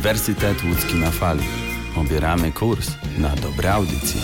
Uniwersytet Łódzki na fali. Obieramy kurs na dobre audycje.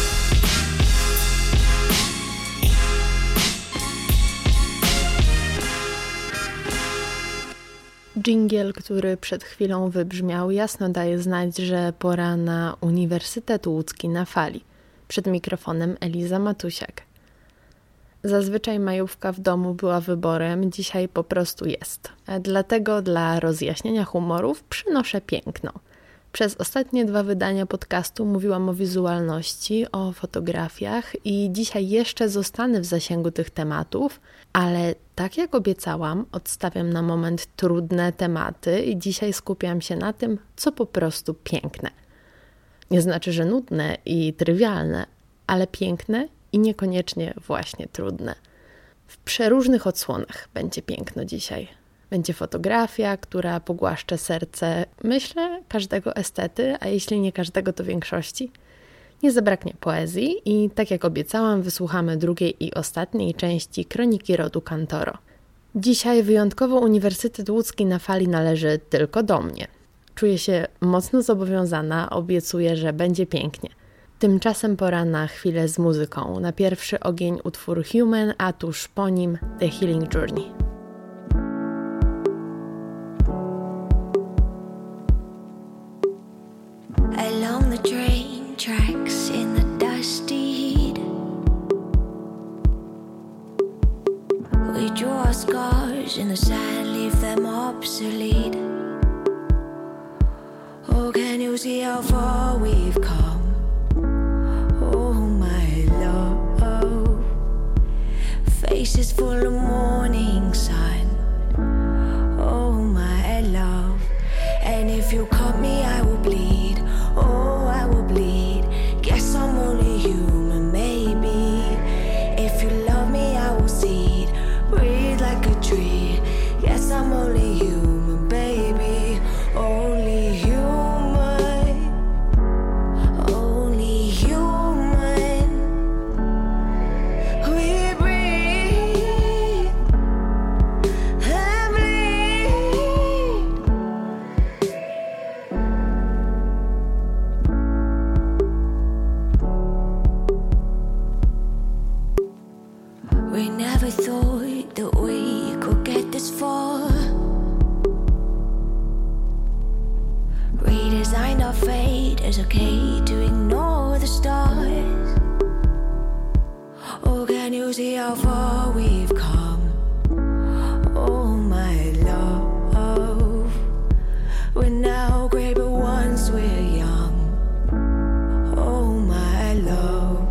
Dżingiel, który przed chwilą wybrzmiał, jasno daje znać, że pora na Uniwersytet Łódzki na fali. Przed mikrofonem Eliza Matusiak. Zazwyczaj majówka w domu była wyborem, dzisiaj po prostu jest. Dlatego dla rozjaśnienia humorów przynoszę piękno. Przez ostatnie 2 wydania podcastu mówiłam o wizualności, o fotografiach i dzisiaj jeszcze zostanę w zasięgu tych tematów, ale tak jak obiecałam, odstawiam na moment trudne tematy i dzisiaj skupiam się na tym, co po prostu piękne. Nie znaczy, że nudne i trywialne, ale piękne i niekoniecznie właśnie trudne. W przeróżnych odsłonach będzie piękno dzisiaj. Będzie fotografia, która pogłaszcze serce, myślę, każdego estety, a jeśli nie każdego, to większości. Nie zabraknie poezji i tak jak obiecałam, wysłuchamy drugiej i ostatniej części Kroniki rodu Kantoro. Dzisiaj wyjątkowo Uniwersytet Łódzki na fali należy tylko do mnie. Czuję się mocno zobowiązana, obiecuję, że będzie pięknie. Tymczasem pora na chwilę z muzyką. Na pierwszy ogień utwór Human, a tuż po nim The Healing Journey. Along the train tracks in the dusty heat, we draw our scars in the sand, leave them obsolete. Oh, can you see how far we've come? Oh, my love, faces full of morning sun. Oh, my love, and if you cut me, I will bleed. Oh, I will bleed. Guess I'm only human, maybe. If you love me, I will see it. Breathe like a tree. Yes, I'm only human, baby. Only human. Only human. We breathe and bleed. We never thought that we could get this far. Redesigned our fate, it's okay to ignore the stars. Oh, can you see how far we've come? Oh, my love, we're now great, but once we're young. Oh, my love,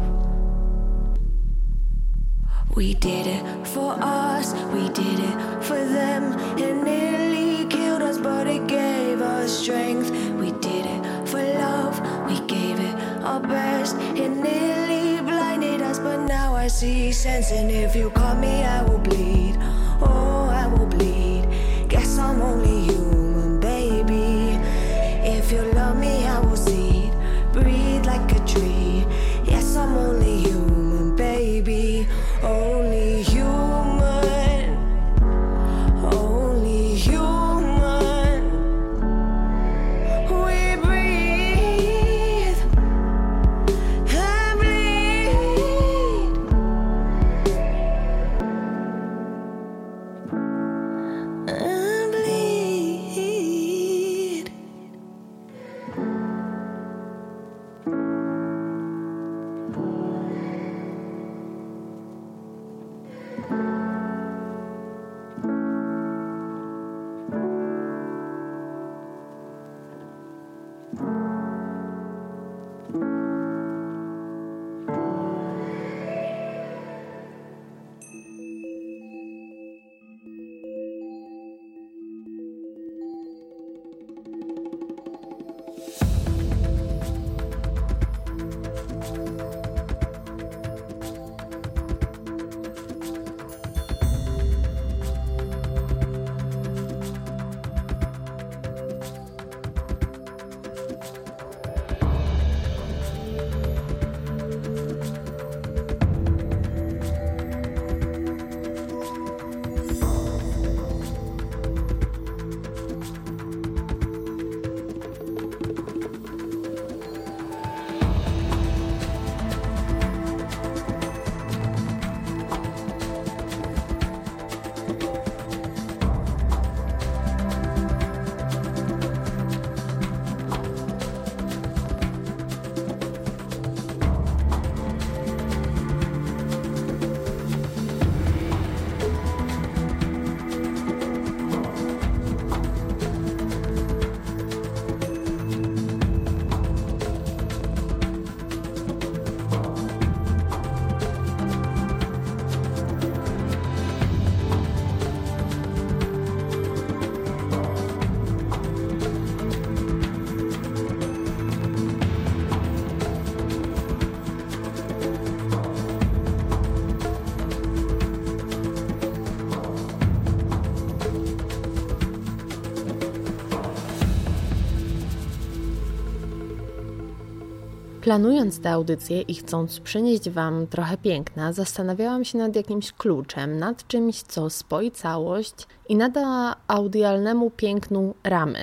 we did it for us, we did it for them. It nearly killed us, but it gave us strength. We did it for love, we gave it our best. It nearly blinded us, but now I see sense. And if you cut me, I will bleed. Oh, I will bleed. Guess I'm only human, baby. If you love me, I will see it. Breathe like a tree. Yes, I'm only human, baby. Only human. Only human. We breathe and bleed. And bleed. Planując tę audycję i chcąc przynieść Wam trochę piękna, zastanawiałam się nad jakimś kluczem, nad czymś, co spoi całość i nada audialnemu pięknu ramy.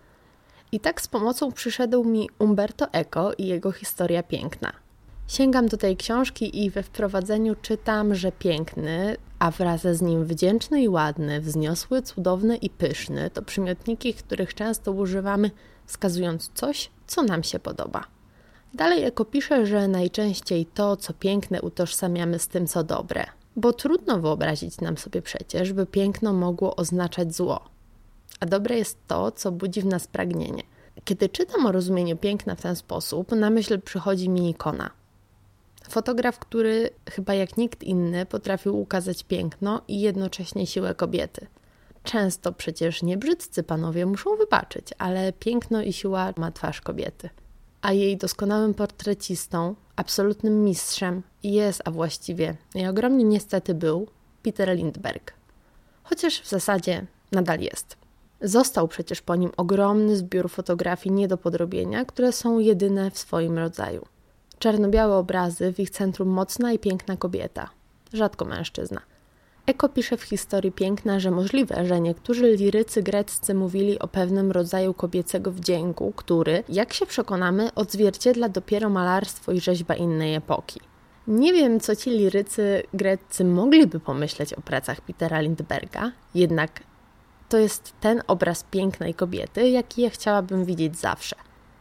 I tak z pomocą przyszedł mi Umberto Eco i jego historia piękna. Sięgam do tej książki i we wprowadzeniu czytam, że piękny, a wraz z nim wdzięczny i ładny, wzniosły, cudowny i pyszny to przymiotniki, których często używamy, wskazując coś, co nam się podoba. Dalej Eco pisze, że najczęściej to, co piękne, utożsamiamy z tym, co dobre, bo trudno wyobrazić nam sobie przecież, by piękno mogło oznaczać zło, a dobre jest to, co budzi w nas pragnienie. Kiedy czytam o rozumieniu piękna w ten sposób, na myśl przychodzi mi ikona. Fotograf, który chyba jak nikt inny potrafił ukazać piękno i jednocześnie siłę kobiety. Często przecież niebrzydcy panowie muszą wybaczyć, ale piękno i siła ma twarz kobiety. A jej doskonałym portrecistą, absolutnym mistrzem jest, a właściwie i ogromnie niestety był, Peter Lindbergh. Chociaż w zasadzie nadal jest. Został przecież po nim ogromny zbiór fotografii nie do podrobienia, które są jedyne w swoim rodzaju. Czarno-białe obrazy, w ich centrum mocna i piękna kobieta, rzadko mężczyzna. Eco pisze w historii piękna, że możliwe, że niektórzy lirycy greccy mówili o pewnym rodzaju kobiecego wdzięku, który, jak się przekonamy, odzwierciedla dopiero malarstwo i rzeźba innej epoki. Nie wiem, co ci lirycy greccy mogliby pomyśleć o pracach Petera Lindbergha, jednak to jest ten obraz pięknej kobiety, jaki ja chciałabym widzieć zawsze.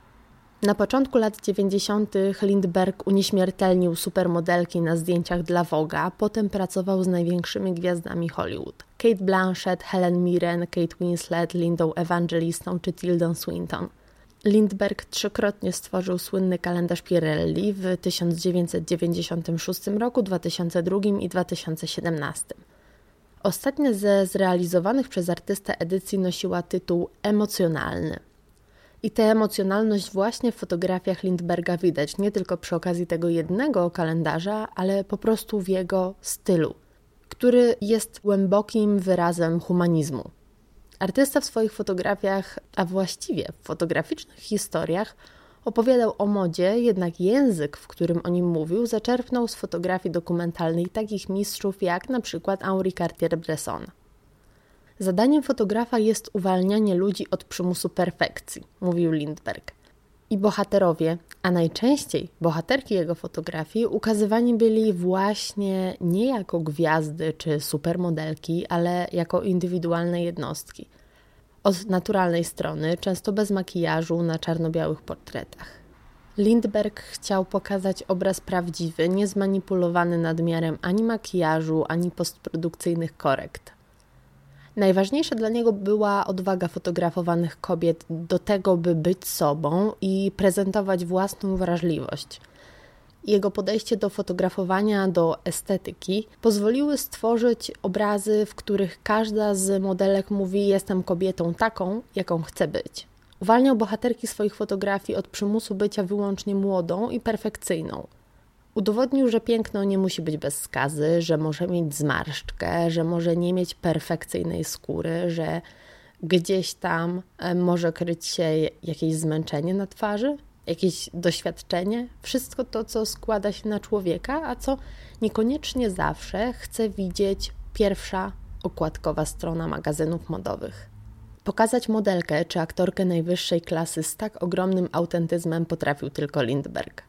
Na początku lat 90. Lindbergh unieśmiertelnił supermodelki na zdjęciach dla Vogue'a, potem pracował z największymi gwiazdami Hollywood. Cate Blanchett, Helen Mirren, Kate Winslet, Lindą Evangelistą czy Tildą Swinton. Lindbergh 3-krotnie stworzył słynny kalendarz Pirelli w 1996 roku, 2002 i 2017. Ostatnia ze zrealizowanych przez artystę edycji nosiła tytuł emocjonalny. I tę emocjonalność właśnie w fotografiach Lindbergha widać nie tylko przy okazji tego jednego kalendarza, ale po prostu w jego stylu, który jest głębokim wyrazem humanizmu. Artysta w swoich fotografiach, a właściwie w fotograficznych historiach opowiadał o modzie, jednak język, w którym o nim mówił, zaczerpnął z fotografii dokumentalnej takich mistrzów jak na przykład Henri Cartier-Bresson. Zadaniem fotografa jest uwalnianie ludzi od przymusu perfekcji, mówił Lindbergh. I bohaterowie, a najczęściej bohaterki jego fotografii, ukazywani byli właśnie nie jako gwiazdy czy supermodelki, ale jako indywidualne jednostki. Od naturalnej strony, często bez makijażu, na czarno-białych portretach. Lindbergh chciał pokazać obraz prawdziwy, niezmanipulowany nadmiarem ani makijażu, ani postprodukcyjnych korekt. Najważniejsza dla niego była odwaga fotografowanych kobiet do tego, by być sobą i prezentować własną wrażliwość. Jego podejście do fotografowania, do estetyki pozwoliły stworzyć obrazy, w których każda z modelek mówi: jestem kobietą taką, jaką chcę być. Uwalniał bohaterki swoich fotografii od przymusu bycia wyłącznie młodą i perfekcyjną. Udowodnił, że piękno nie musi być bez skazy, że może mieć zmarszczkę, że może nie mieć perfekcyjnej skóry, że gdzieś tam może kryć się jakieś zmęczenie na twarzy, jakieś doświadczenie. Wszystko to, co składa się na człowieka, a co niekoniecznie zawsze chce widzieć pierwsza okładkowa strona magazynów modowych. Pokazać modelkę czy aktorkę najwyższej klasy z tak ogromnym autentyzmem potrafił tylko Lindbergh.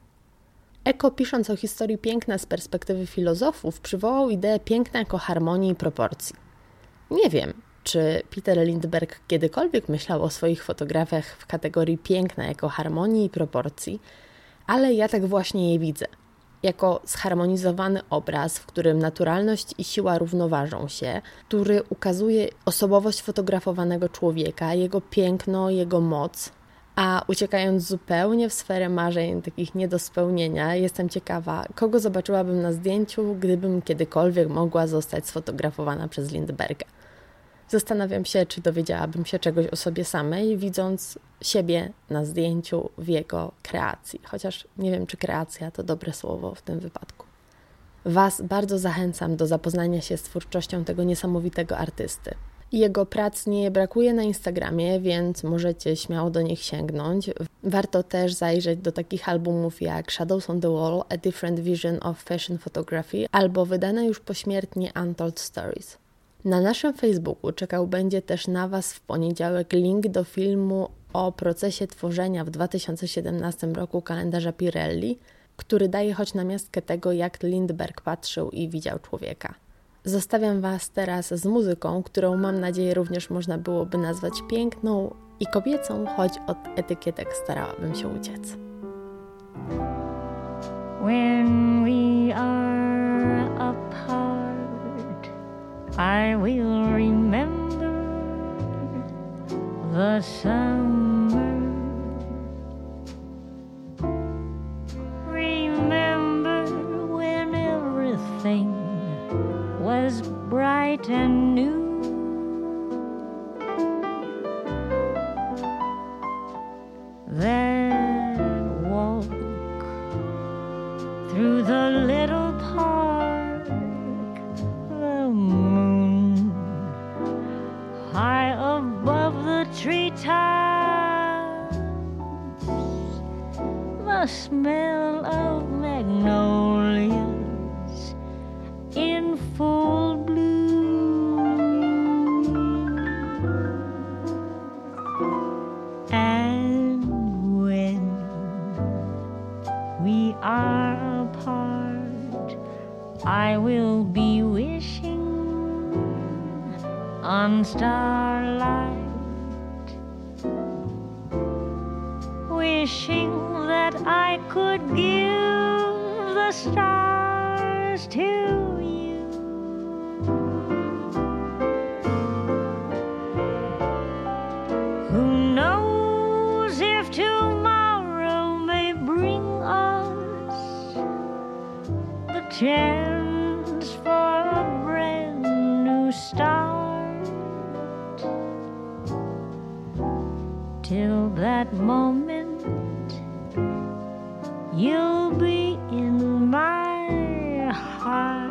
Eco, pisząc o historii piękna z perspektywy filozofów, przywołał ideę piękna jako harmonii i proporcji. Nie wiem, czy Peter Lindbergh kiedykolwiek myślał o swoich fotografiach w kategorii piękna jako harmonii i proporcji, ale ja tak właśnie je widzę. Jako zharmonizowany obraz, w którym naturalność i siła równoważą się, który ukazuje osobowość fotografowanego człowieka, jego piękno, jego moc. A uciekając zupełnie w sferę marzeń, takich nie do spełnienia, jestem ciekawa, kogo zobaczyłabym na zdjęciu, gdybym kiedykolwiek mogła zostać sfotografowana przez Lindbergha. Zastanawiam się, czy dowiedziałabym się czegoś o sobie samej, widząc siebie na zdjęciu w jego kreacji. Chociaż nie wiem, czy kreacja to dobre słowo w tym wypadku. Was bardzo zachęcam do zapoznania się z twórczością tego niesamowitego artysty. Jego prac nie brakuje na Instagramie, więc możecie śmiało do nich sięgnąć. Warto też zajrzeć do takich albumów jak Shadows on the Wall, A Different Vision of Fashion Photography albo wydane już pośmiertnie Untold Stories. Na naszym Facebooku czekał będzie też na Was w poniedziałek link do filmu o procesie tworzenia w 2017 roku kalendarza Pirelli, który daje choć na miastkę tego, jak Lindbergh patrzył i widział człowieka. Zostawiam Was teraz z muzyką, którą mam nadzieję również można byłoby nazwać piękną i kobiecą, choć od etykietek starałabym się uciec. When we are apart, I will remember the summer. Remember when everything was bright and new. That walk through the little park, the moon high above the treetops, the smell of magnolias in full bloom, and when we are apart, I will be wishing on starlight, wishing that I could give the stars to you. Who knows if tomorrow may bring us the chance for a brand new start. Till that moment, you'll be in my heart.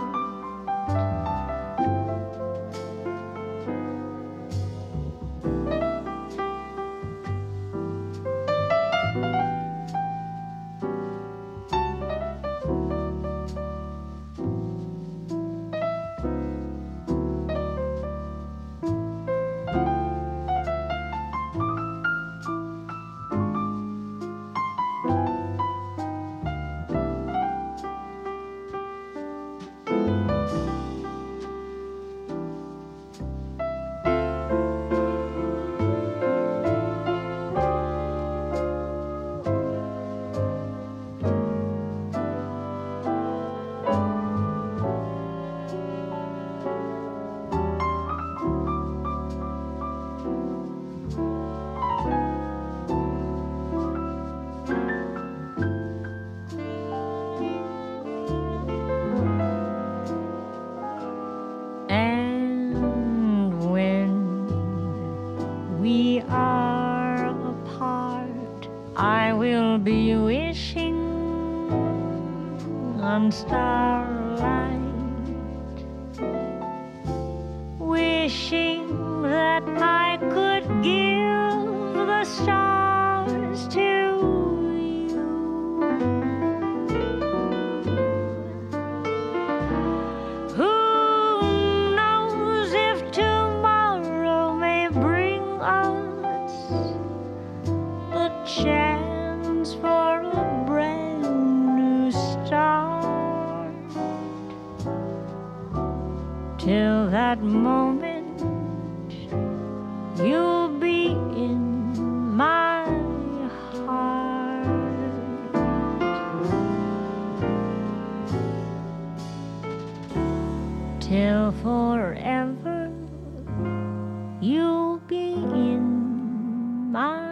Be wishing on starlight, wishing that I could give the stars to you. Who knows if tomorrow may bring us the chance for a brand new start. Till that moment, you'll be in my heart. Till forever, you'll be in my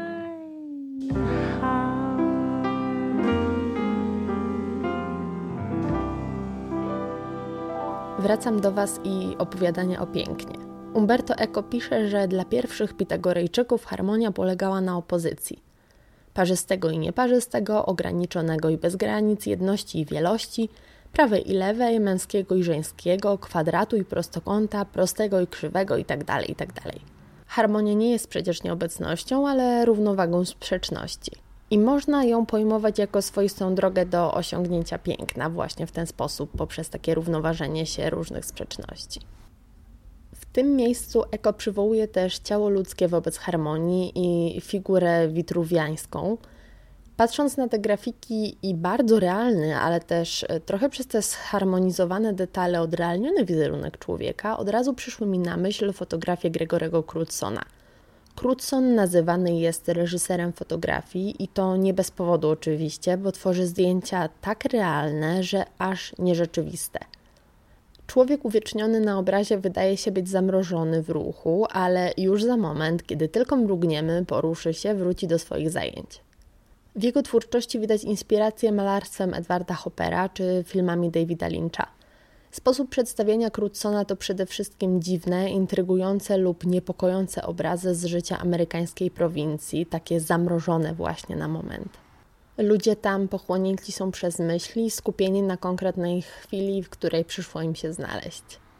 Wracam do Was i opowiadania o pięknie. Umberto Eco pisze, że dla pierwszych Pitagorejczyków harmonia polegała na opozycji. Parzystego i nieparzystego, ograniczonego i bez granic, jedności i wielości, prawej i lewej, męskiego i żeńskiego, kwadratu i prostokąta, prostego i krzywego itd., itd. Harmonia nie jest przecież nieobecnością, ale równowagą sprzeczności. I można ją pojmować jako swoistą drogę do osiągnięcia piękna właśnie w ten sposób, poprzez takie równoważenie się różnych sprzeczności. W tym miejscu Eco przywołuje też ciało ludzkie wobec harmonii i figurę witruwiańską. Patrząc na te grafiki i bardzo realny, ale też trochę przez te zharmonizowane detale odrealniony wizerunek człowieka, od razu przyszły mi na myśl fotografie Gregorego Crewdsona. Crewdson nazywany jest reżyserem fotografii i to nie bez powodu oczywiście, bo tworzy zdjęcia tak realne, że aż nierzeczywiste. Człowiek uwieczniony na obrazie wydaje się być zamrożony w ruchu, ale już za moment, kiedy tylko mrugniemy, poruszy się, wróci do swoich zajęć. W jego twórczości widać inspirację malarstwem Edwarda Hoppera czy filmami Davida Lyncha. Sposób przedstawienia Crewdsona to przede wszystkim dziwne, intrygujące lub niepokojące obrazy z życia amerykańskiej prowincji, takie zamrożone właśnie na moment. Ludzie tam pochłonięci są przez myśli, skupieni na konkretnej chwili, w której przyszło im się znaleźć.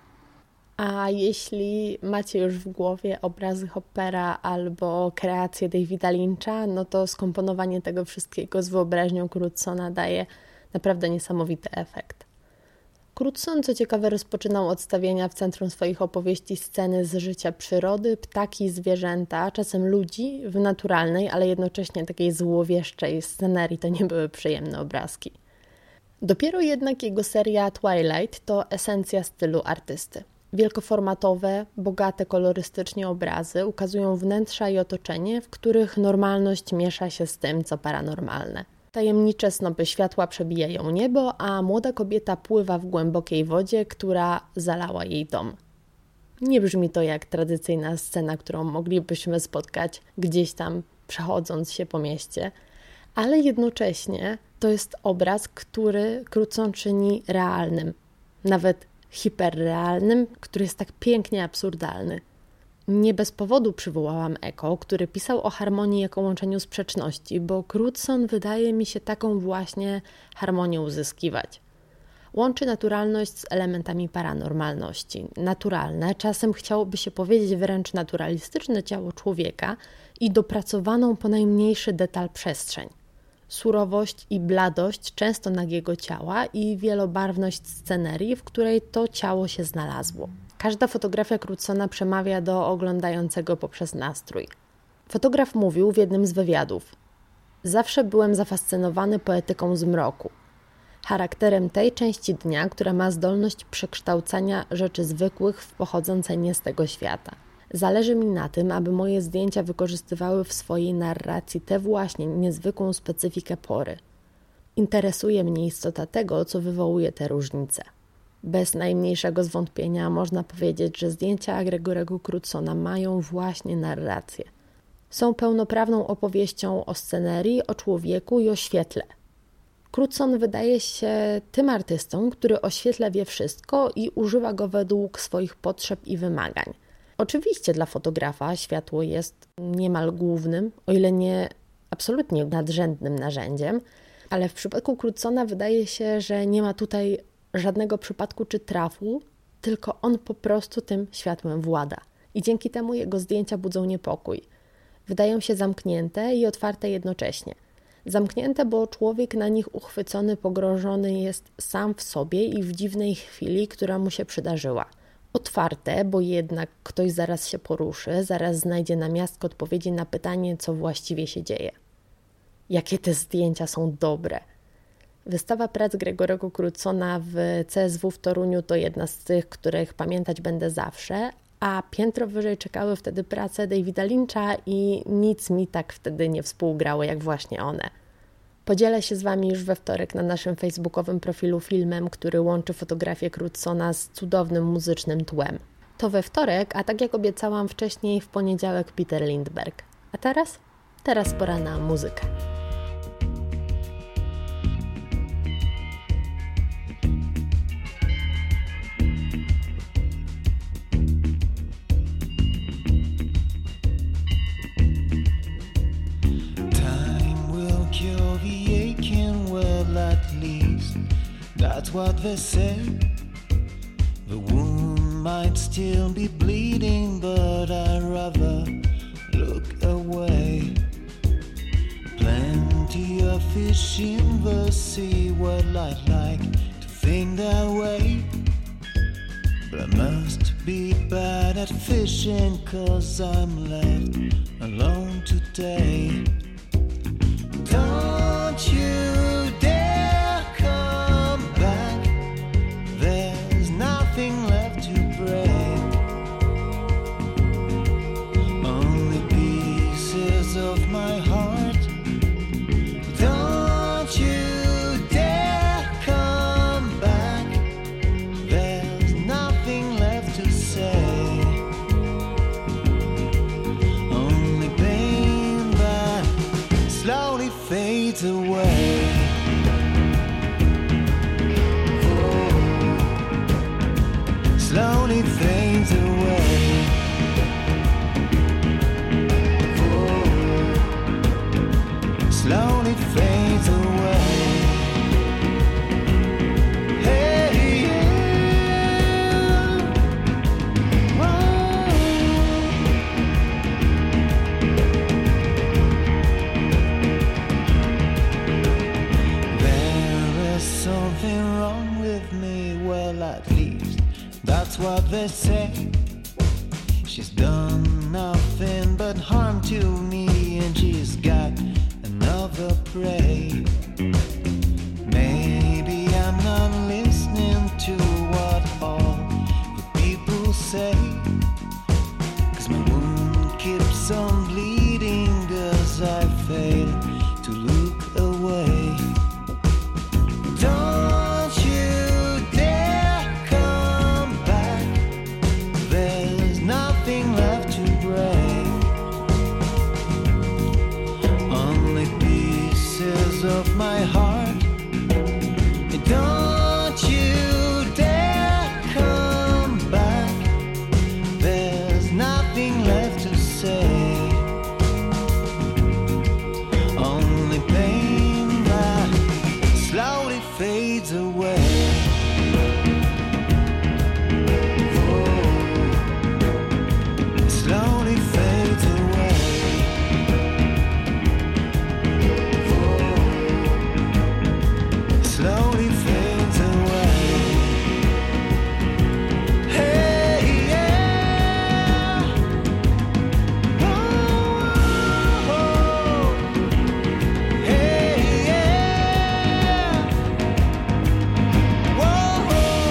A jeśli macie już w głowie obrazy Hoppera albo kreacje Davida Lyncha, no to skomponowanie tego wszystkiego z wyobraźnią Crewdsona daje naprawdę niesamowity efekt. Crewdson, co ciekawe, rozpoczynał od stawiania w centrum swoich opowieści sceny z życia przyrody, ptaki, zwierzęta, czasem ludzi w naturalnej, ale jednocześnie takiej złowieszczej scenerii. To nie były przyjemne obrazki. Dopiero jednak jego seria Twilight to esencja stylu artysty. Wielkoformatowe, bogate kolorystycznie obrazy ukazują wnętrza i otoczenie, w których normalność miesza się z tym, co paranormalne. Tajemnicze snopy światła przebijają niebo, a młoda kobieta pływa w głębokiej wodzie, która zalała jej dom. Nie brzmi to jak tradycyjna scena, którą moglibyśmy spotkać gdzieś tam przechodząc się po mieście, ale jednocześnie to jest obraz, który Crewdson czyni realnym, nawet hiperrealnym, który jest tak pięknie absurdalny. Nie bez powodu przywołałam Eco, który pisał o harmonii jako łączeniu sprzeczności, bo Crewdson wydaje mi się taką właśnie harmonię uzyskiwać. Łączy naturalność z elementami paranormalności. Naturalne, czasem chciałoby się powiedzieć wręcz naturalistyczne ciało człowieka i dopracowaną po najmniejszy detal przestrzeń. Surowość i bladość często nagiego ciała i wielobarwność scenerii, w której to ciało się znalazło. Każda fotografia Crewdsona przemawia do oglądającego poprzez nastrój. Fotograf mówił w jednym z wywiadów: zawsze byłem zafascynowany poetyką zmroku, charakterem tej części dnia, która ma zdolność przekształcania rzeczy zwykłych w pochodzące nie z tego świata. Zależy mi na tym, aby moje zdjęcia wykorzystywały w swojej narracji tę właśnie niezwykłą specyfikę pory. Interesuje mnie istota tego, co wywołuje te różnice. Bez najmniejszego zwątpienia można powiedzieć, że zdjęcia Gregorego Crewdsona mają właśnie narrację. Są pełnoprawną opowieścią o scenerii, o człowieku i o świetle. Crewdson wydaje się tym artystą, który o świetle wie wszystko i używa go według swoich potrzeb i wymagań. Oczywiście dla fotografa światło jest niemal głównym, o ile nie absolutnie nadrzędnym narzędziem, ale w przypadku Crewdsona wydaje się, że nie ma tutaj żadnego przypadku czy trafu, tylko on po prostu tym światłem włada. I dzięki temu jego zdjęcia budzą niepokój. Wydają się zamknięte i otwarte jednocześnie. Zamknięte, bo człowiek na nich uchwycony, pogrążony jest sam w sobie i w dziwnej chwili, która mu się przydarzyła. Otwarte, bo jednak ktoś zaraz się poruszy, zaraz znajdzie namiastkę odpowiedzi na pytanie, co właściwie się dzieje. Jakie te zdjęcia są dobre! Wystawa prac Gregorego Crewdsona w CSW w Toruniu to jedna z tych, których pamiętać będę zawsze, a piętro wyżej czekały wtedy prace Davida Lyncha i nic mi tak wtedy nie współgrało jak właśnie one. Podzielę się z Wami już we wtorek na naszym facebookowym profilu filmem, który łączy fotografię Crewdsona z cudownym muzycznym tłem. To we wtorek, a tak jak obiecałam wcześniej, w poniedziałek Peter Lindbergh. A teraz pora na muzykę. That what they say. The wound might still be bleeding, but I'd rather look away. Plenty of fish in the sea, well, I'd like to think that way. But I must be bad at fishing, 'cause I'm left alone today. Don't you dare come back, there's nothing left to break. Only pieces of my heart. Don't you dare come back, there's nothing left to say. Only pain that slowly fades away. Oh, slowly fades away. Oh, slowly fades away. Hey, yeah. Whoa. There is something wrong with me, well, at least that's what they say. She's done nothing but harm to me, and she's got another prey. Maybe I'm not listening to what all the people say, 'cause my wound keeps on bleeding as I fail to look away. Don't you dare come back, there's nothing left to break. Only pieces of my heart. Don't you dare come back, there's nothing left to say. Only pain that slowly fades away. Oh, slowly fades away. Oh, slowly fades away. Hey, yeah. Oh, hey, yeah. Whoa.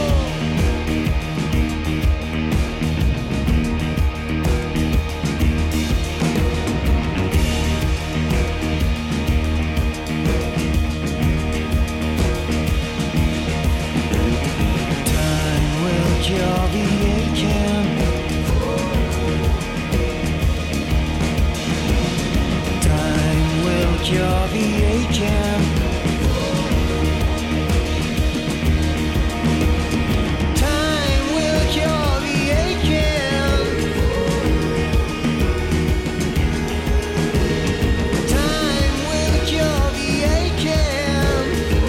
Time will cure the aching. Time will cure the aching. Time will cure the aching. Time will cure the aching.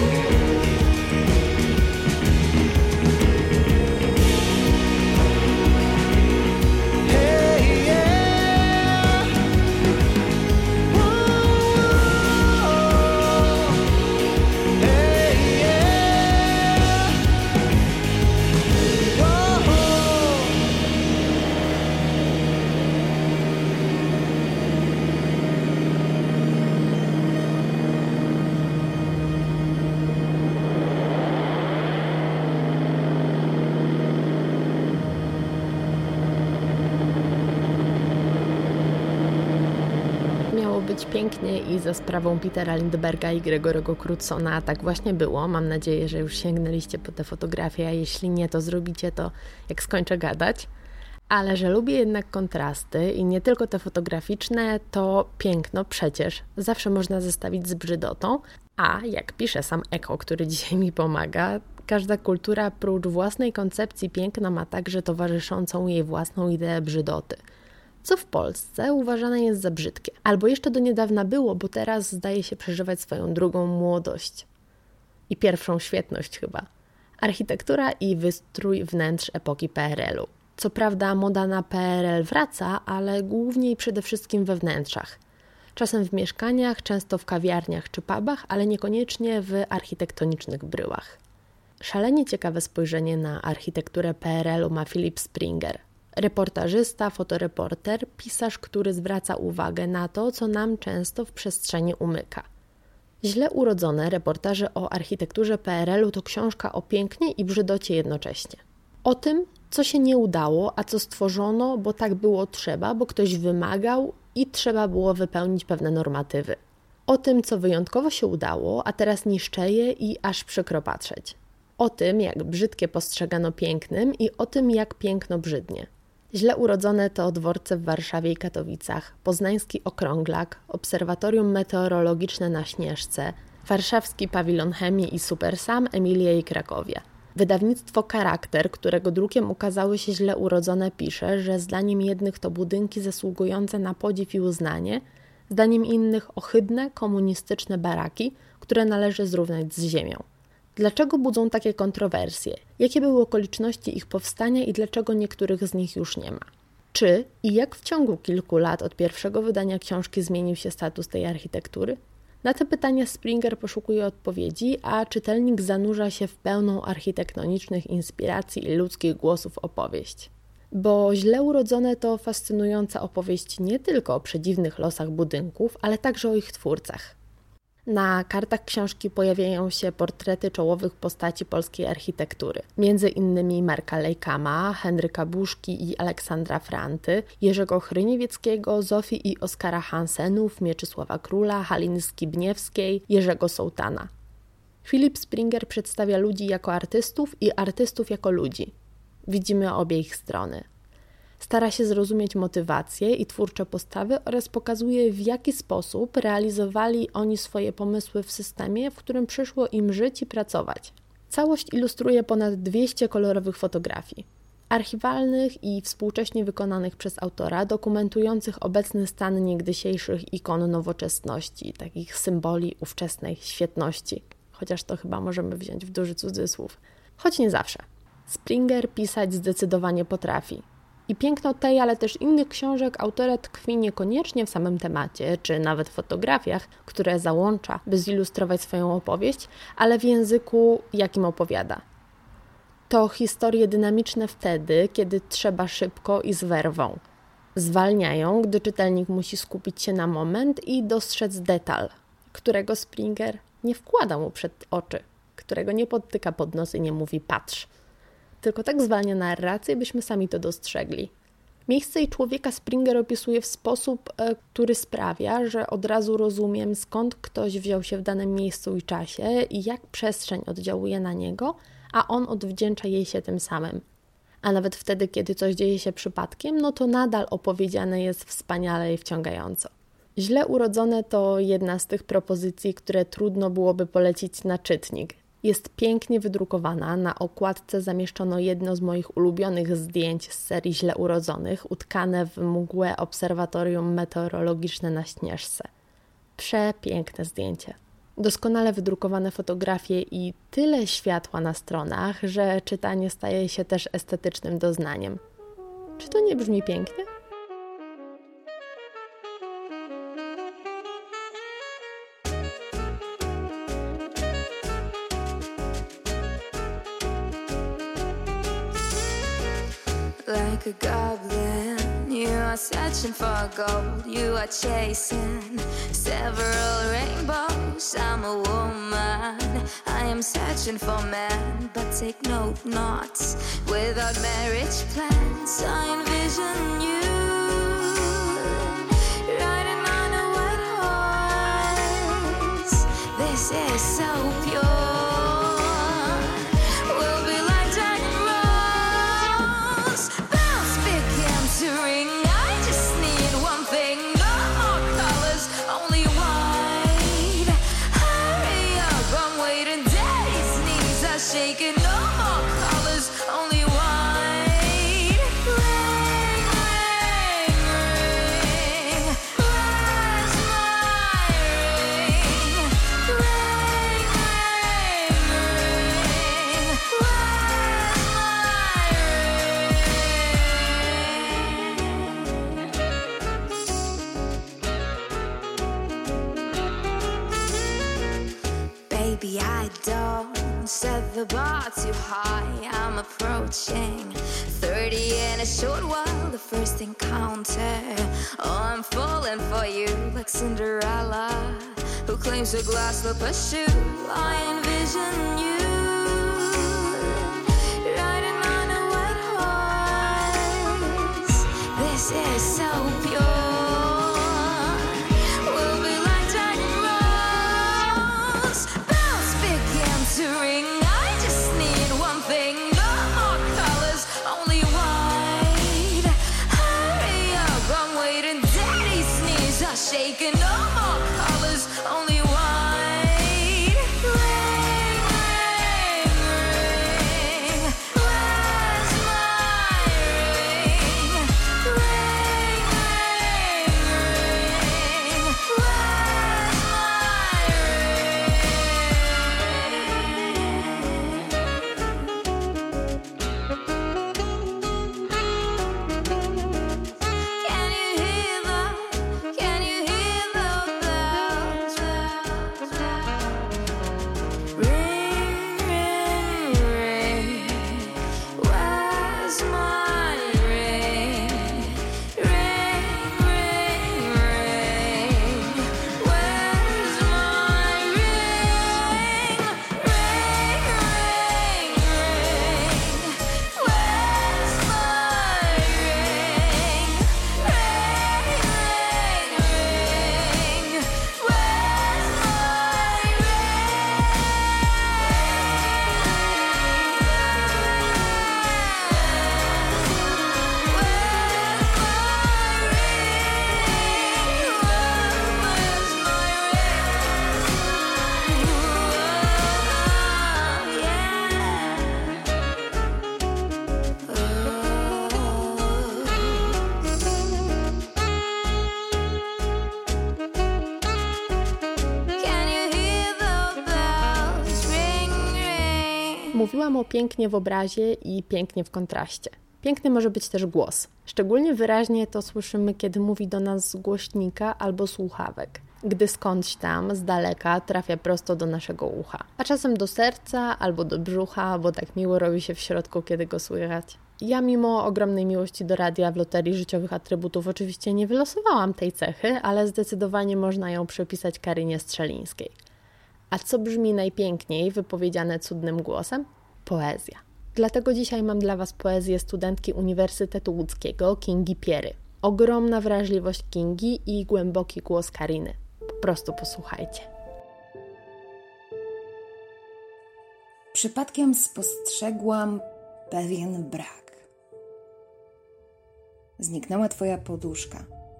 Hey, yeah. Whoa. Hey, yeah. Whoa. Miało być pięknie i za sprawą Petera Lindberga i Gregorego Crudsona, a tak właśnie było. Mam nadzieję, że już sięgnęliście po te fotografie, a jeśli nie, to zrobicie to, jak skończę gadać. Ale że lubię jednak kontrasty i nie tylko te fotograficzne, to piękno przecież zawsze można zestawić z brzydotą, a jak pisze sam Eko, który dzisiaj mi pomaga, każda kultura prócz własnej koncepcji piękna ma także towarzyszącą jej własną ideę brzydoty. Co w Polsce uważane jest za brzydkie. Albo jeszcze do niedawna było, bo teraz zdaje się przeżywać swoją drugą młodość. I pierwszą świetność chyba. Architektura i wystrój wnętrz epoki PRL-u. Co prawda moda na PRL wraca, ale głównie i przede wszystkim we wnętrzach. Czasem w mieszkaniach, często w kawiarniach czy pubach, ale niekoniecznie w architektonicznych bryłach. Szalenie ciekawe spojrzenie na architekturę PRL-u ma Philip Springer. Reportażysta, fotoreporter, pisarz, który zwraca uwagę na to, co nam często w przestrzeni umyka. Źle urodzone reportaże o architekturze PRL-u to książka o pięknie i brzydocie jednocześnie. O tym, co się nie udało, a co stworzono, bo tak było trzeba, bo ktoś wymagał i trzeba było wypełnić pewne normatywy. O tym, co wyjątkowo się udało, a teraz niszczeje i aż przykro patrzeć. O tym, jak brzydkie postrzegano pięknym i o tym, jak piękno brzydnie. Źle urodzone to dworce w Warszawie i Katowicach, poznański Okrąglak, obserwatorium meteorologiczne na Śnieżce, warszawski pawilon Chemii i Super Sam, Emilia i Krakowie. Wydawnictwo Charakter, którego drukiem ukazały się źle urodzone, pisze, że zdaniem jednych to budynki zasługujące na podziw i uznanie, zdaniem innych ohydne, komunistyczne baraki, które należy zrównać z ziemią. Dlaczego budzą takie kontrowersje? Jakie były okoliczności ich powstania i dlaczego niektórych z nich już nie ma? Czy i jak w ciągu kilku lat od pierwszego wydania książki zmienił się status tej architektury? Na te pytania Springer poszukuje odpowiedzi, a czytelnik zanurza się w pełną architektonicznych inspiracji i ludzkich głosów opowieść. Bo źle urodzone to fascynująca opowieść nie tylko o przedziwnych losach budynków, ale także o ich twórcach. Na kartach książki pojawiają się portrety czołowych postaci polskiej architektury, między innymi Marka Lejkama, Henryka Buszki i Aleksandra Franty, Jerzego Chryniewieckiego, Zofii i Oskara Hansenów, Mieczysława Króla, Haliny Skibniewskiej, Jerzego Sołtana. Philip Springer przedstawia ludzi jako artystów i artystów jako ludzi. Widzimy obie ich strony. Stara się zrozumieć motywacje i twórcze postawy oraz pokazuje, w jaki sposób realizowali oni swoje pomysły w systemie, w którym przyszło im żyć i pracować. Całość ilustruje ponad 200 kolorowych fotografii, archiwalnych i współcześnie wykonanych przez autora, dokumentujących obecny stan niegdysiejszych ikon nowoczesności, takich symboli ówczesnej świetności, chociaż to chyba możemy wziąć w duży cudzysłów. Choć nie zawsze. Springer pisać zdecydowanie potrafi. I piękno tej, ale też innych książek autora tkwi niekoniecznie w samym temacie, czy nawet fotografiach, które załącza, by zilustrować swoją opowieść, ale w języku, jakim opowiada. To historie dynamiczne wtedy, kiedy trzeba szybko i z werwą. Zwalniają, gdy czytelnik musi skupić się na moment i dostrzec detal, którego Springer nie wkłada mu przed oczy, którego nie podtyka pod nos i nie mówi patrz. Tylko tak zwalnia narrację, byśmy sami to dostrzegli. Miejsce i człowieka Springer opisuje w sposób, który sprawia, że od razu rozumiem, skąd ktoś wziął się w danym miejscu i czasie i jak przestrzeń oddziałuje na niego, a on odwdzięcza jej się tym samym. A nawet wtedy, kiedy coś dzieje się przypadkiem, no to nadal opowiedziane jest wspaniale i wciągająco. Źle urodzone to jedna z tych propozycji, które trudno byłoby polecić na czytnik. Jest pięknie wydrukowana, na okładce zamieszczono jedno z moich ulubionych zdjęć z serii Źle urodzonych, utkane w mgłę obserwatorium meteorologiczne na Śnieżce. Przepiękne zdjęcie. Doskonale wydrukowane fotografie i tyle światła na stronach, że czytanie staje się też estetycznym doznaniem. Czy to nie brzmi pięknie? Like a goblin, you are searching for gold. You are chasing several rainbows. I'm a woman, I am searching for man. But take note, not without marriage plans. I envision you riding on a white horse. This is so pure. Shaking, no more colors, only white. the bar too high. I'm approaching 30 in a short while, the first encounter. Oh, I'm falling for you like Cinderella, who claims her glass slipper shoe. I envision you riding on a white horse. This is so pure. We'll be like Dragon Rose. Bells begin to ring. I just need one thing. No more colors, only white. Hurry up, I'm waiting. Daddy's knees are shaking. No more colors, only white. Ring, ring, ring. Where's my ring? Ring, ring, ring. Where's Can you hear the bells? Ring, ring, ring. Where's my ring? Ring, ring, ring. Where's my ring? Ring, ring, ring. Where's my ring? Ring, ring, ring. Where's Can you hear the bells? Ring, ring. Mówiłam o pięknie w obrazie i pięknie w kontraście. Piękny może być też głos. Szczególnie wyraźnie to słyszymy, kiedy mówi do nas z głośnika albo słuchawek, gdy skądś tam, z daleka, trafia prosto do naszego ucha. A czasem do serca albo do brzucha, bo tak miło robi się w środku, kiedy go słychać. Ja mimo ogromnej miłości do radia w loterii życiowych atrybutów oczywiście nie wylosowałam tej cechy, ale zdecydowanie można ją przypisać Karynie Strzelińskiej. A co brzmi najpiękniej wypowiedziane cudnym głosem? Poezja. Dlatego dzisiaj mam dla Was poezję studentki Uniwersytetu Łódzkiego, Kingi Piery. Ogromna wrażliwość Kingi i głęboki głos Karyny. Po prostu posłuchajcie. Przypadkiem spostrzegłam pewien brak. Zniknęła twoja poduszka.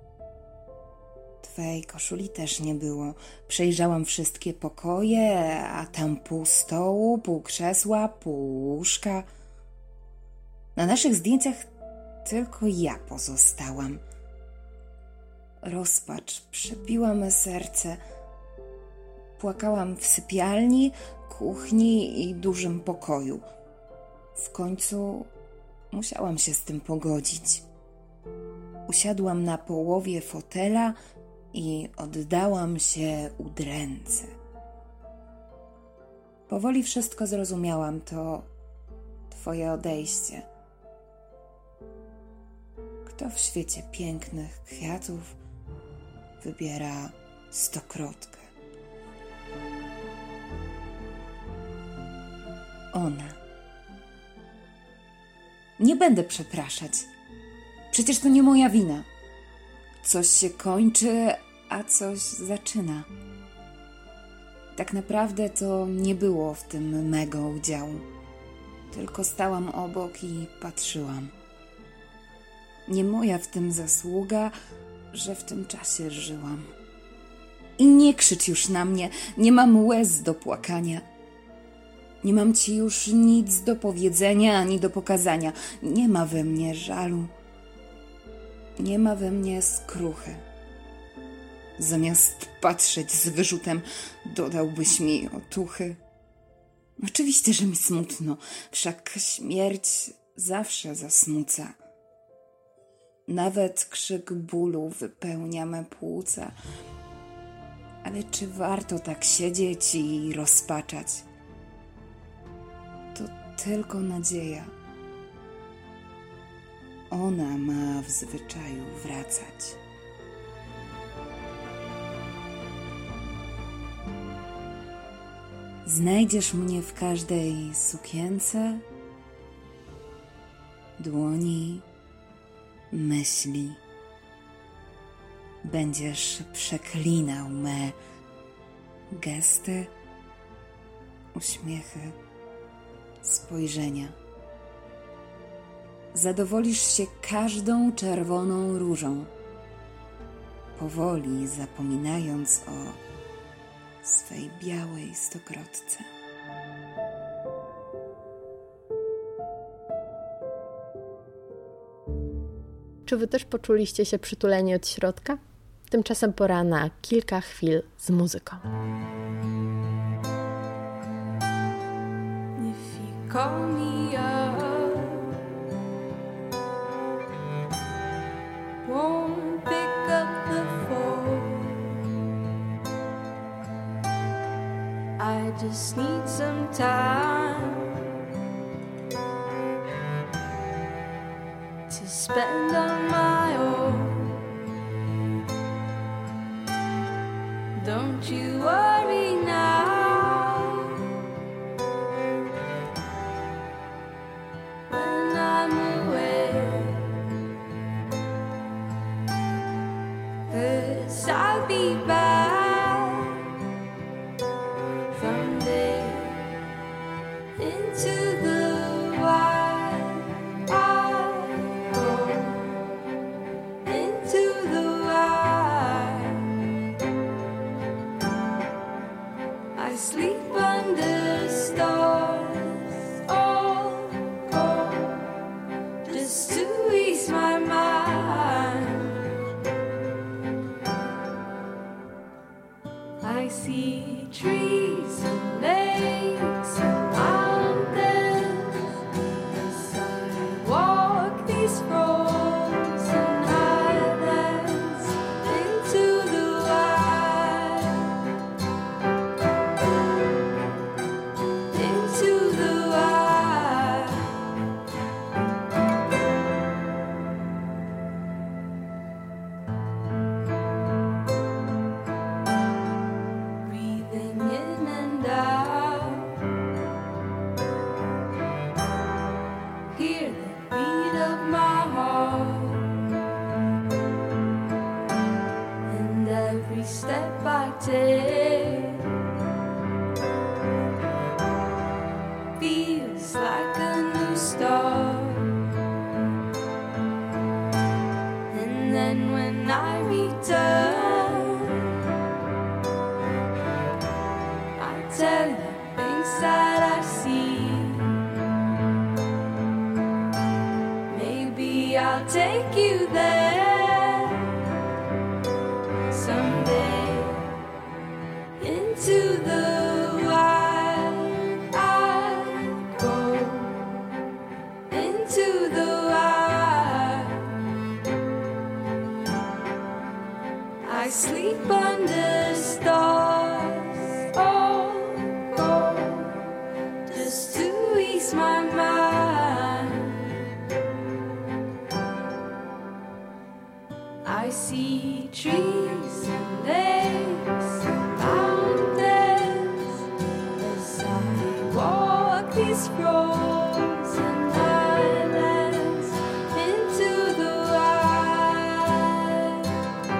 Twej koszuli też nie było. Przejrzałam wszystkie pokoje, a tam pół stołu, pół krzesła, pół łóżka. Na naszych zdjęciach tylko ja pozostałam. Rozpacz przebiła me serce. Płakałam w sypialni, kuchni i dużym pokoju. W końcu musiałam się z tym pogodzić. Usiadłam na połowie fotela i oddałam się udręce. Powoli wszystko zrozumiałam, to twoje odejście. Kto w świecie pięknych kwiatów wybiera stokrotkę? Ona. Nie będę przepraszać. Przecież to nie moja wina. Coś się kończy, a coś zaczyna. Tak naprawdę to nie było w tym mego udziału. Tylko stałam obok i patrzyłam. Nie moja w tym zasługa, że w tym czasie żyłam. I nie krzycz już na mnie, nie mam łez do płakania. Nie mam ci już nic do powiedzenia ani do pokazania. Nie ma we mnie żalu. Nie ma we mnie skruchy. Zamiast patrzeć z wyrzutem, dodałbyś mi otuchy. Oczywiście, że mi smutno, wszak śmierć zawsze zasmuca. Nawet krzyk bólu wypełnia me płuca. Ale czy warto tak siedzieć i rozpaczać? tylko nadzieja. Ona ma w zwyczaju wracać. Znajdziesz mnie w każdej sukience, dłoni, myśli. Będziesz przeklinał me gesty, uśmiechy, spojrzenia. Zadowolisz się każdą czerwoną różą, powoli zapominając o swej białej stokrotce. Czy wy też poczuliście się przytuleni od środka? Tymczasem pora na kilka chwil z muzyką. If you call me up, won't pick up the phone. I just need some time to spend on my own. Don't you worry now, when I'm away, 'cause I'll be back someday into the wild. I'll go into the wild. I sleep under stars, all cold, just to ease my mind. I see trees and lakes and mountains as I walk these frozen highlands into the wild. Into the wild. Breathing in and out, hear the beat of my heart, and every step I take feels like a new start. And then when I return, I tell you things that I see. Maybe I'll take you there someday, into the wild. I'll go into the wild. I sleep under stars, all cold, just to ease my mind. I see trees and lakes and mountains as I walk these frozen islands into the wild.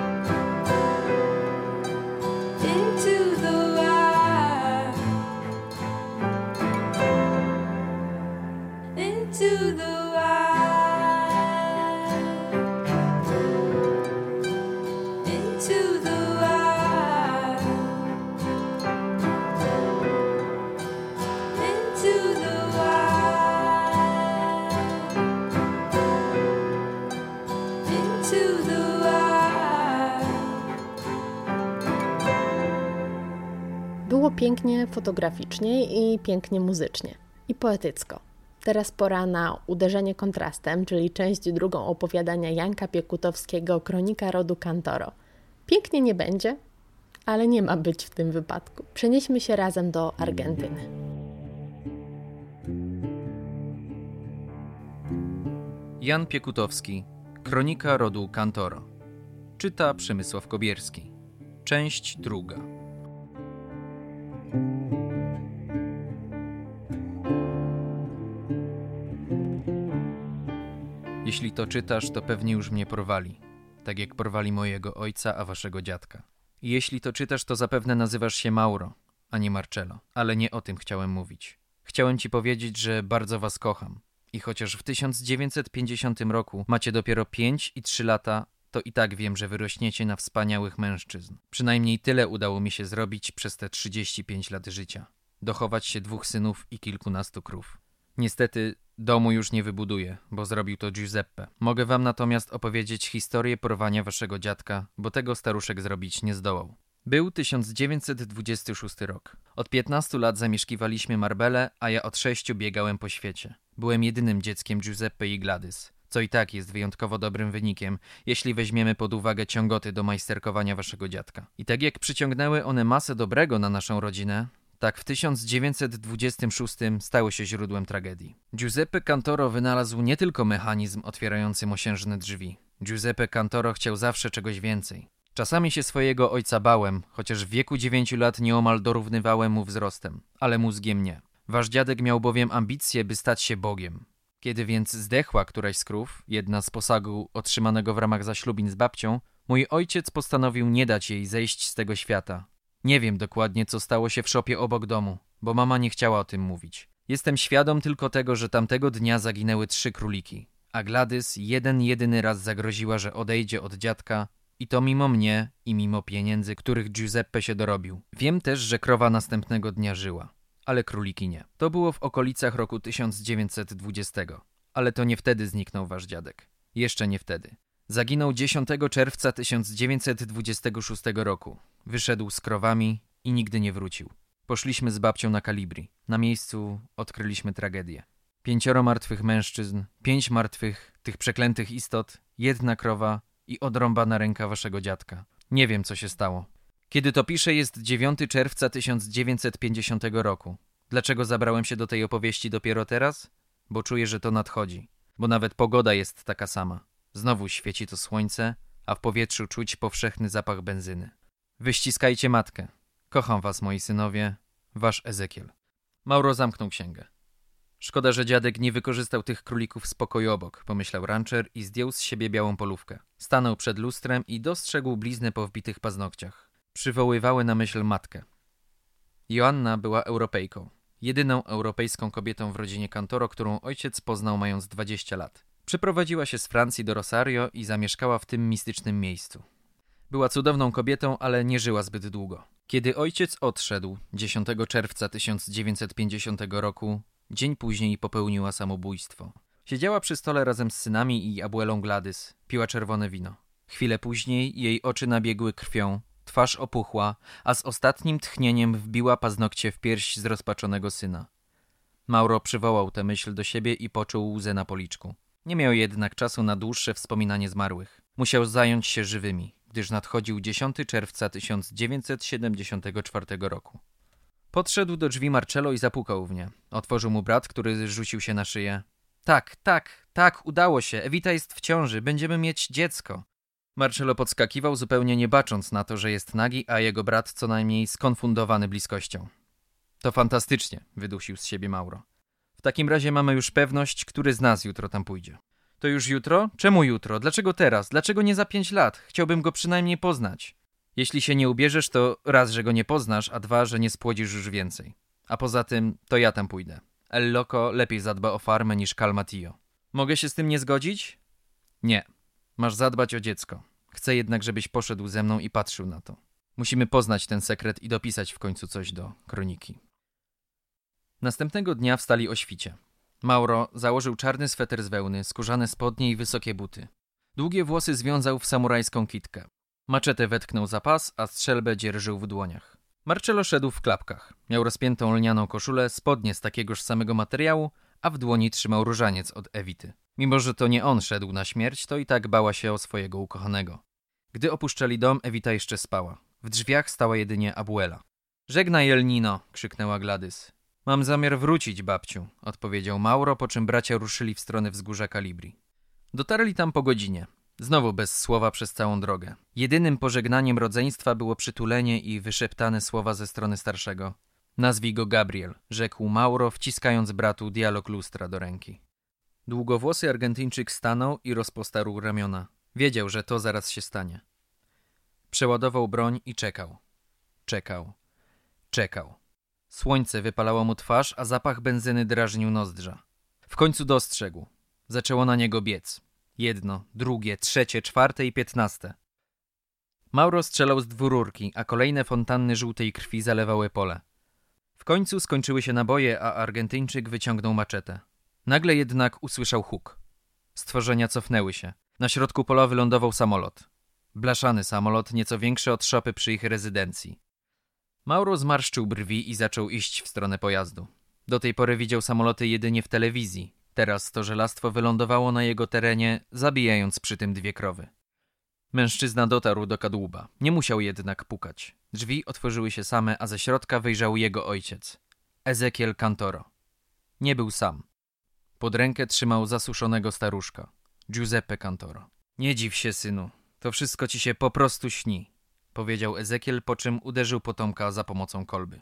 Into the wild. Into the Było pięknie fotograficznie i pięknie muzycznie. I poetycko. Teraz pora na uderzenie kontrastem, czyli część drugą opowiadania Janka Piekutowskiego Kronika rodu Kantoro. Pięknie nie będzie, ale nie ma być w tym wypadku. Przenieśmy się razem do Argentyny. Jan Piekutowski, Kronika rodu Kantoro. Czyta Przemysław Kobierski. Część 2. Jeśli to czytasz, to pewnie już mnie porwali. Tak jak porwali mojego ojca, a waszego dziadka. I jeśli to czytasz, to zapewne nazywasz się Mauro, a nie Marcello. Ale nie o tym chciałem mówić. Chciałem ci powiedzieć, że bardzo was kocham. I chociaż w 1950 roku macie dopiero 5 i 3 lata, to i tak wiem, że wyrośniecie na wspaniałych mężczyzn. Przynajmniej tyle udało mi się zrobić przez te 35 lat życia. Dochować się 2 synów i kilkunastu krów. Niestety domu już nie wybuduję, bo zrobił to Giuseppe. Mogę wam natomiast opowiedzieć historię porwania waszego dziadka, bo tego staruszek zrobić nie zdołał. Był 1926 rok. Od 15 lat zamieszkiwaliśmy Marbelle, a ja od 6 biegałem po świecie. Byłem jedynym dzieckiem Giuseppe i Gladys, co i tak jest wyjątkowo dobrym wynikiem, jeśli weźmiemy pod uwagę ciągoty do majsterkowania waszego dziadka. I tak jak przyciągnęły one masę dobrego na naszą rodzinę, tak w 1926 stały się źródłem tragedii. Giuseppe Cantoro wynalazł nie tylko mechanizm otwierający mosiężne drzwi. Giuseppe Cantoro chciał zawsze czegoś więcej. Czasami się swojego ojca bałem, chociaż w wieku 9 lat nieomal dorównywałem mu wzrostem, ale mózgiem nie. Wasz dziadek miał bowiem ambicje, by stać się Bogiem. Kiedy więc zdechła któraś z krów, jedna z posagu otrzymanego w ramach zaślubin z babcią, mój ojciec postanowił nie dać jej zejść z tego świata. Nie wiem dokładnie, co stało się w szopie obok domu, bo mama nie chciała o tym mówić. Jestem świadom tylko tego, że tamtego dnia zaginęły 3 króliki, a Gladys jedyny raz zagroziła, że odejdzie od dziadka, i to mimo mnie i mimo pieniędzy, których Giuseppe się dorobił. Wiem też, że krowa następnego dnia żyła, ale króliki nie. To było w okolicach roku 1920, ale to nie wtedy zniknął wasz dziadek. Jeszcze nie wtedy. Zaginął 10 czerwca 1926 roku. Wyszedł z krowami i nigdy nie wrócił. Poszliśmy z babcią na Kalibri. Na miejscu odkryliśmy tragedię. 5 martwych mężczyzn, 5 martwych, tych przeklętych istot, 1 krowa i odrąbana ręka waszego dziadka. Nie wiem, co się stało. Kiedy to piszę, jest 9 czerwca 1950 roku. Dlaczego zabrałem się do tej opowieści dopiero teraz? Bo czuję, że to nadchodzi. Bo nawet pogoda jest taka sama. Znowu świeci to słońce, a w powietrzu czuć powszechny zapach benzyny. Wyściskajcie matkę. Kocham was, moi synowie. Wasz Ezekiel. Mauro zamknął księgę. Szkoda, że dziadek nie wykorzystał tych królików z pokoju obok, pomyślał rancher i zdjął z siebie białą polówkę. Stanął przed lustrem i dostrzegł bliznę po wbitych paznokciach. Przywoływały na myśl matkę. Joanna była Europejką. Jedyną europejską kobietą w rodzinie Cantoro, którą ojciec poznał mając 20 lat. Przyprowadziła się z Francji do Rosario i zamieszkała w tym mistycznym miejscu. Była cudowną kobietą, ale nie żyła zbyt długo. Kiedy ojciec odszedł 10 czerwca 1950 roku, dzień później popełniła samobójstwo. Siedziała przy stole razem z synami i abuelą Gladys. Piła czerwone wino. Chwilę później jej oczy nabiegły krwią, twarz opuchła, a z ostatnim tchnieniem wbiła paznokcie w pierś zrozpaczonego syna. Mauro przywołał tę myśl do siebie i poczuł łzę na policzku. Nie miał jednak czasu na dłuższe wspominanie zmarłych. Musiał zająć się żywymi, gdyż nadchodził 10 czerwca 1974 roku. Podszedł do drzwi Marcello i zapukał w nie. Otworzył mu brat, który rzucił się na szyję. Tak, udało się. Ewita jest w ciąży. Będziemy mieć dziecko. Marcello podskakiwał, zupełnie nie bacząc na to, że jest nagi, a jego brat co najmniej skonfundowany bliskością. To fantastycznie, wydusił z siebie Mauro. W takim razie mamy już pewność, który z nas jutro tam pójdzie. To już jutro? Czemu jutro? Dlaczego teraz? Dlaczego nie za 5 lat? Chciałbym go przynajmniej poznać. Jeśli się nie ubierzesz, to raz, że go nie poznasz, a 2, że nie spłodzisz już więcej. A poza tym, to ja tam pójdę. El Loco lepiej zadba o farmę niż Calmatillo. Mogę się z tym nie zgodzić? Nie. Masz zadbać o dziecko. Chcę jednak, żebyś poszedł ze mną i patrzył na to. Musimy poznać ten sekret i dopisać w końcu coś do kroniki. Następnego dnia wstali o świcie. Mauro założył czarny sweter z wełny, skórzane spodnie i wysokie buty. Długie włosy związał w samurajską kitkę. Maczetę wetknął za pas, a strzelbę dzierżył w dłoniach. Marcello szedł w klapkach. Miał rozpiętą lnianą koszulę, spodnie z takiegoż samego materiału, a w dłoni trzymał różaniec od Ewity. Mimo że to nie on szedł na śmierć, to i tak bała się o swojego ukochanego. Gdy opuszczali dom, Ewita jeszcze spała. W drzwiach stała jedynie Abuela. Żegnaj, El Nino! Krzyknęła Gladys. Mam zamiar wrócić, babciu, odpowiedział Mauro, po czym bracia ruszyli w stronę wzgórza Kalibri. Dotarli tam po godzinie. Znowu bez słowa przez całą drogę. Jedynym pożegnaniem rodzeństwa było przytulenie i wyszeptane słowa ze strony starszego. Nazwij go Gabriel, rzekł Mauro, wciskając bratu dialog lustra do ręki. Długowłosy Argentyńczyk stanął i rozpostarł ramiona. Wiedział, że to zaraz się stanie. Przeładował broń i czekał. Czekał. Słońce wypalało mu twarz, a zapach benzyny drażnił nozdrza. W końcu dostrzegł. Zaczęło na niego biec. 1, 2, 3, 4 i 15. Mauro strzelał z dwururki, a kolejne fontanny żółtej krwi zalewały pole. W końcu skończyły się naboje, a Argentyńczyk wyciągnął maczetę. Nagle jednak usłyszał huk. Stworzenia cofnęły się. Na środku pola wylądował samolot. Blaszany samolot, nieco większy od szopy przy ich rezydencji. Mauro zmarszczył brwi i zaczął iść w stronę pojazdu. Do tej pory widział samoloty jedynie w telewizji. Teraz to żelastwo wylądowało na jego terenie, zabijając przy tym 2 krowy. Mężczyzna dotarł do kadłuba. Nie musiał jednak pukać. Drzwi otworzyły się same, a ze środka wyjrzał jego ojciec. Ezekiel Cantoro. Nie był sam. Pod rękę trzymał zasuszonego staruszka. Giuseppe Cantoro. Nie dziw się, synu. To wszystko ci się po prostu śni, powiedział Ezekiel, po czym uderzył potomka za pomocą kolby.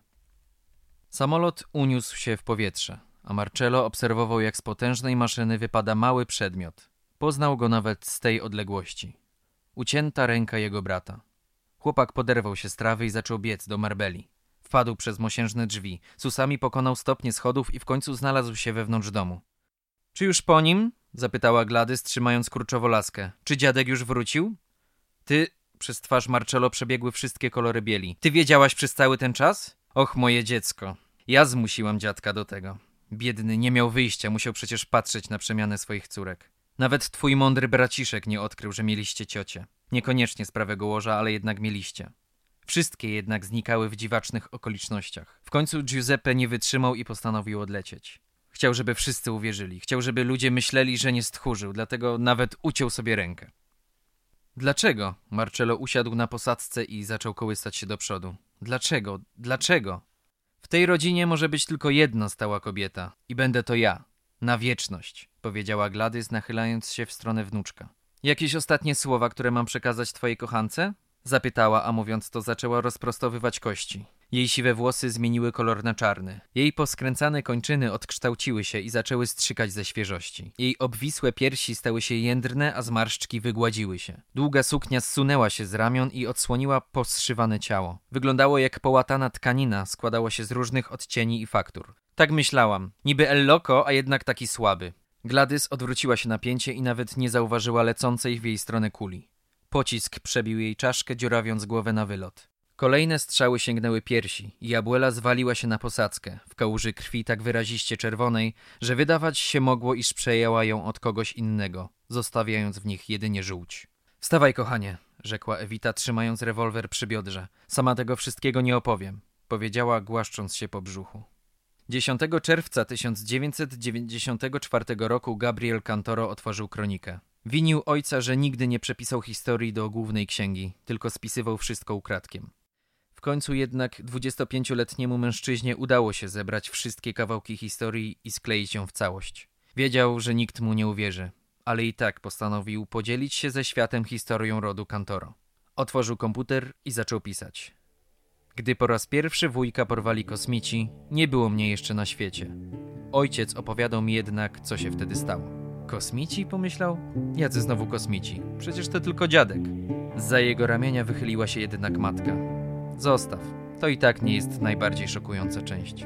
Samolot uniósł się w powietrze, a Marcello obserwował, jak z potężnej maszyny wypada mały przedmiot. Poznał go nawet z tej odległości. Ucięta ręka jego brata. Chłopak poderwał się z trawy i zaczął biec do Marbeli. Wpadł przez mosiężne drzwi, susami pokonał stopnie schodów i w końcu znalazł się wewnątrz domu. Czy już po nim? Zapytała Gladys, trzymając kurczowo laskę. Czy dziadek już wrócił? Ty... Przez twarz Marcello przebiegły wszystkie kolory bieli. Ty wiedziałaś przez cały ten czas? Och, moje dziecko. Ja zmusiłam dziadka do tego. Biedny, nie miał wyjścia, musiał przecież patrzeć na przemianę swoich córek. Nawet twój mądry braciszek nie odkrył, że mieliście ciocię. Niekoniecznie z prawego łoża, ale jednak mieliście. Wszystkie jednak znikały w dziwacznych okolicznościach. W końcu Giuseppe nie wytrzymał i postanowił odlecieć. Chciał, żeby wszyscy uwierzyli. Chciał, żeby ludzie myśleli, że nie stchórzył, dlatego nawet uciął sobie rękę. Dlaczego? Marcello usiadł na posadzce i zaczął kołysać się do przodu. Dlaczego? Dlaczego? W tej rodzinie może być tylko jedna stała kobieta. I będę to ja. Na wieczność, powiedziała Gladys, nachylając się w stronę wnuczka. Jakieś ostatnie słowa, które mam przekazać twojej kochance? Zapytała, a mówiąc to zaczęła rozprostowywać kości. Jej siwe włosy zmieniły kolor na czarny. Jej poskręcane kończyny odkształciły się i zaczęły strzykać ze świeżości. Jej obwisłe piersi stały się jędrne, a zmarszczki wygładziły się. Długa suknia zsunęła się z ramion i odsłoniła poszywane ciało. Wyglądało jak połatana tkanina, składała się z różnych odcieni i faktur. Tak myślałam. Niby El Loco, a jednak taki słaby. Gladys odwróciła się na pięcie i nawet nie zauważyła lecącej w jej stronę kuli. Pocisk przebił jej czaszkę, dziurawiąc głowę na wylot. Kolejne strzały sięgnęły piersi i Abuela zwaliła się na posadzkę, w kałuży krwi tak wyraziście czerwonej, że wydawać się mogło, iż przejęła ją od kogoś innego, zostawiając w nich jedynie żółć. Wstawaj, kochanie, rzekła Ewita, trzymając rewolwer przy biodrze. Sama tego wszystkiego nie opowiem, powiedziała, głaszcząc się po brzuchu. 10 czerwca 1994 roku Gabriel Cantoro otworzył kronikę. Winił ojca, że nigdy nie przepisał historii do głównej księgi, tylko spisywał wszystko ukradkiem. W końcu jednak 25-letniemu mężczyźnie udało się zebrać wszystkie kawałki historii i skleić ją w całość. Wiedział, że nikt mu nie uwierzy, ale i tak postanowił podzielić się ze światem historią rodu Cantoro. Otworzył komputer i zaczął pisać. Gdy po raz pierwszy wujka porwali kosmici, nie było mnie jeszcze na świecie. Ojciec opowiadał mi jednak, co się wtedy stało. Kosmici? Pomyślał. Jacy znowu kosmici? Przecież to tylko dziadek. Zza jego ramienia wychyliła się jednak matka. Zostaw. To i tak nie jest najbardziej szokująca część.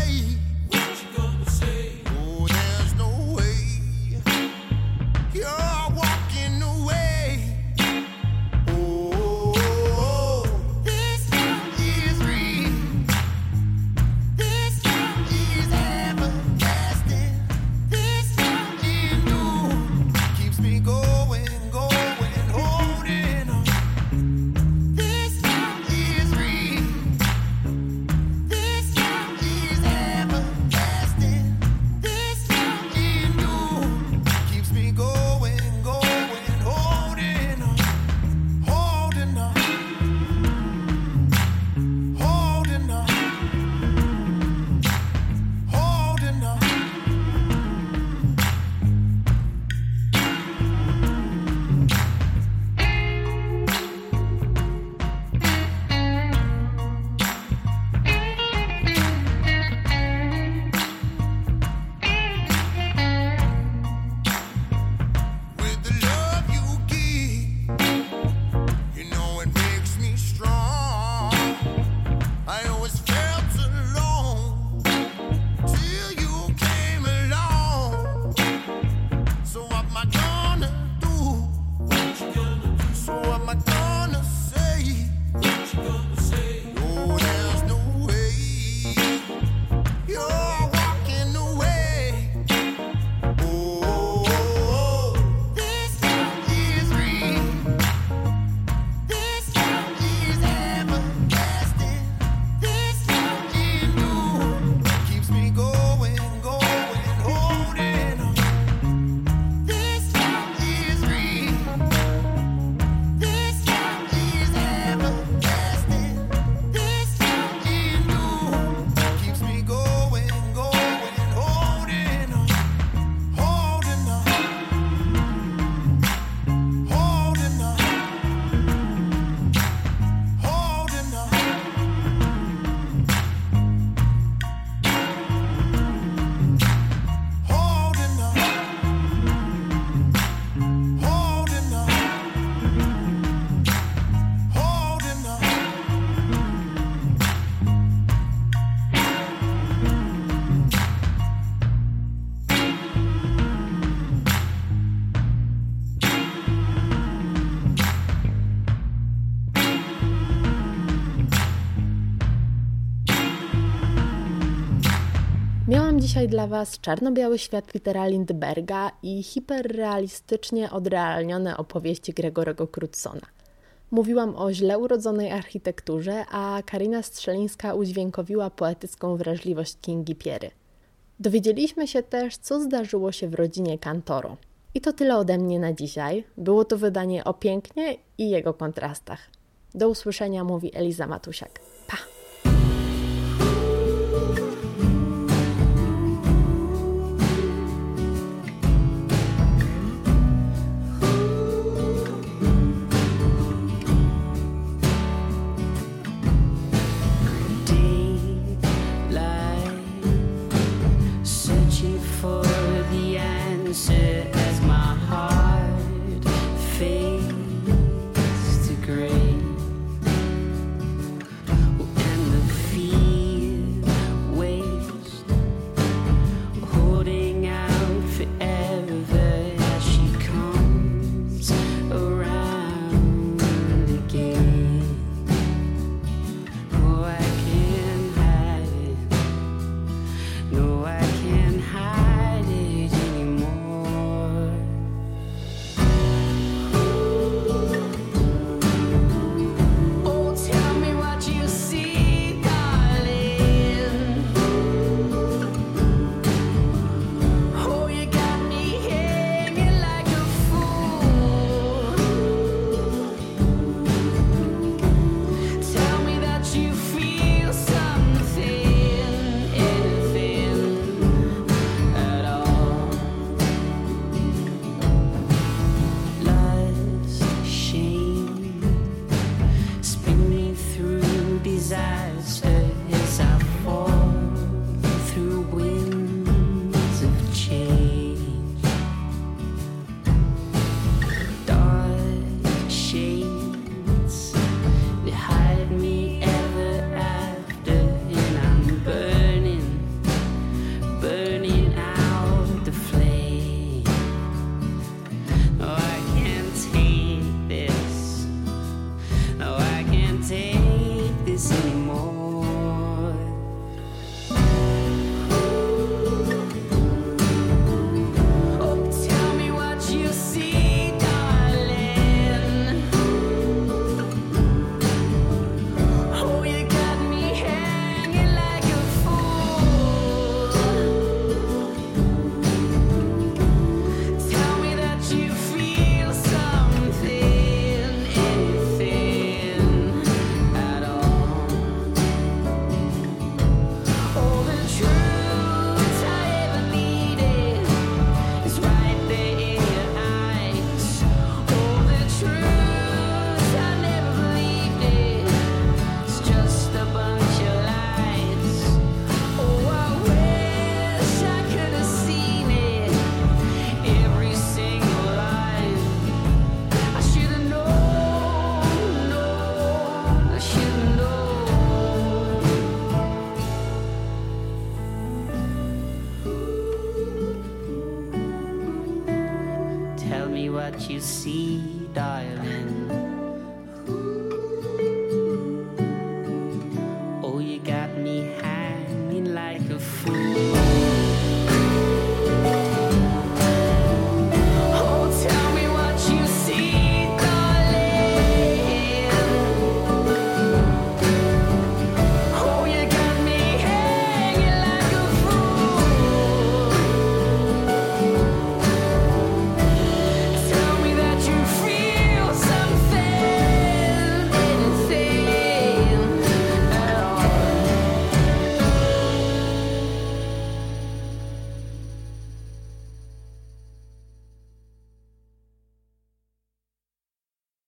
Miałam dzisiaj dla Was czarno-biały świat Petera Lindberga i hiperrealistycznie odrealnione opowieści Gregorego Crewdsona. Mówiłam o źle urodzonej architekturze, a Karina Strzelińska udźwiękowiła poetycką wrażliwość Kingi Piery. Dowiedzieliśmy się też, co zdarzyło się w rodzinie Cantoro. I to tyle ode mnie na dzisiaj. Było to wydanie o pięknie i jego kontrastach. Do usłyszenia, mówi Eliza Matusiak. Pa! No, I can't hide it anymore. what you see, darling. Oh, you got me hanging like a fool.